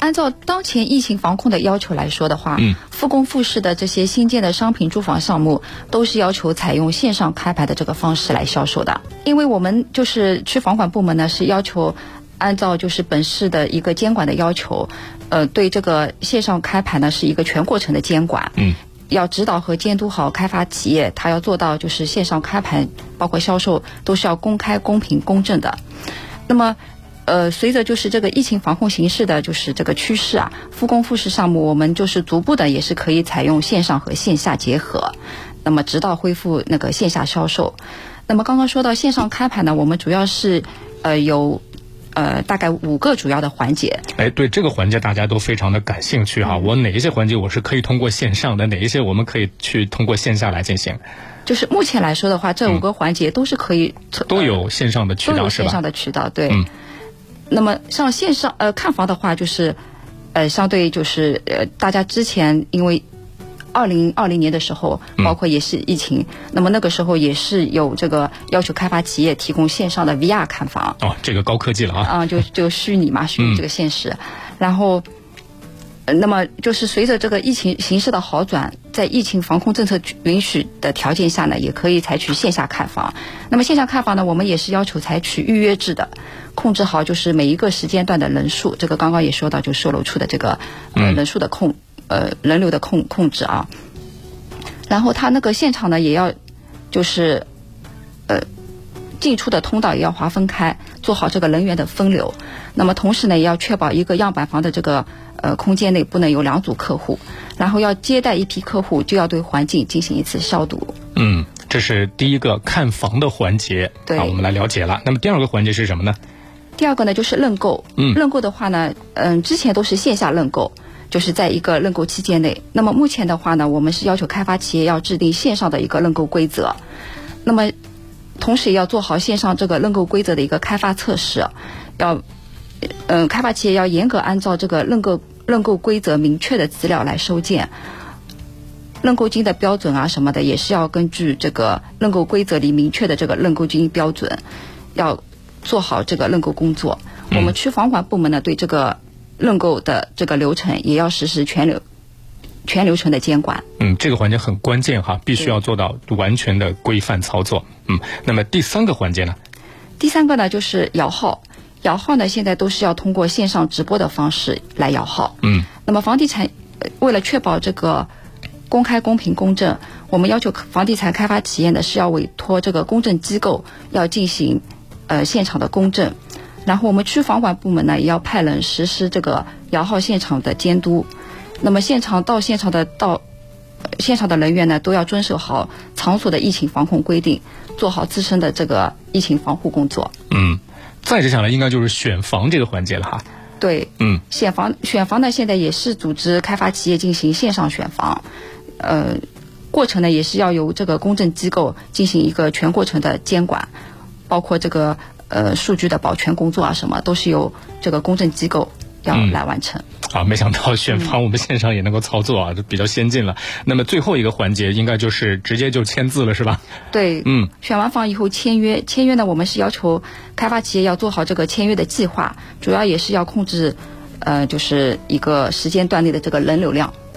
按照当前疫情防控的要求来说的话，复工复市的这些新建的商品住房项目都是要求采用线上开牌的这个方式来销售的。因为我们就是区房管部门呢是要求按照就是本市的一个监管的要求，对这个线上开牌呢是一个全过程的监管。要指导和监督好开发企业，它要做到就是线上开盘包括销售都是要公开、公平、公正的。那么随着就是这个疫情防控形势的就是这个趋势啊，复工复市项目我们就是逐步的也是可以采用线上和线下结合，那么直到恢复那个线下销售。那么刚刚说到线上开盘呢，我们主要是有大概5个主要的环节。 对这个环节大家都非常的感兴趣哈。我哪一些环节我是可以通过线上的，哪一些我们可以去通过线下来进行？就是目前来说的话，这5个环节都是可以都有线上的渠道， 都有线上的渠道，对。那么像线上看房的话，就是相对就是大家之前因为2020年的时候，包括也是疫情，那么那个时候也是有这个要求开发企业提供线上的 VR 看房。 这个高科技了啊！ 就虚拟嘛，虚拟这个现实。然后，那么就是随着这个疫情形势的好转，在疫情防控政策允许的条件下呢，也可以采取线下看房。那么线下看房呢，我们也是要求采取预约制的，控制好就是每一个时间段的人数。这个刚刚也说到，就售楼处的这个人数的人流的控制啊。然后它那个现场呢，也要就是进出的通道也要划分开，做好这个人员的分流。那么同时呢，也要确保一个样板房的这个空间内不能有2组客户，然后要接待一批客户，就要对环境进行一次消毒。 这是第一个看房的环节。 对， 我们来了解了。那么第2个环节是什么呢？ 第2个呢就是认购。认购的话呢，之前都是线下认购，就是在一个认购期间内。那么目前的话呢，我们是要求开发企业要制定线上的一个认购规则，那么同时也要做好线上这个认购规则的一个开发测试，开发企业要严格按照这个认购规则明确的资料来收件，认购金的标准啊什么的也是要根据这个认购规则里明确的这个认购金标准，要做好这个认购工作。我们区房管部门呢，对这个认购的这个流程也要实施全流程的监管。 这个环节很关键哈，必须要做到完全的规范操作。那么第3个环节呢？ 第3个呢就是摇号。摇号呢，现在都是要通过线上直播的方式来摇号。那么房地产为了确保这个公开、公平、公正，我们要求房地产开发企业呢是要委托这个公证机构要进行现场的公证，然后我们区房管部门呢也要派人实施这个摇号现场的监督。那么现场的人员呢都要遵守好场所的疫情防控规定，做好自身的这个疫情防护工作。 再接下来应该就是选房这个环节了哈。 对，选房呢，现在也是组织开发企业进行线上选房，过程呢也是要由这个公证机构进行一个全过程的监管，包括这个数据的保全工作啊什么，都是由这个公证机构要来完成。 没想到选房我们线上也能够操作啊，这比较先进了。那么最后一个环节应该就是直接就签字了是吧？ 对，选完房以后签约呢，我们是要求开发企业要做好这个签约的计划，主要也是要控制就是一个时间段内的这个人流量。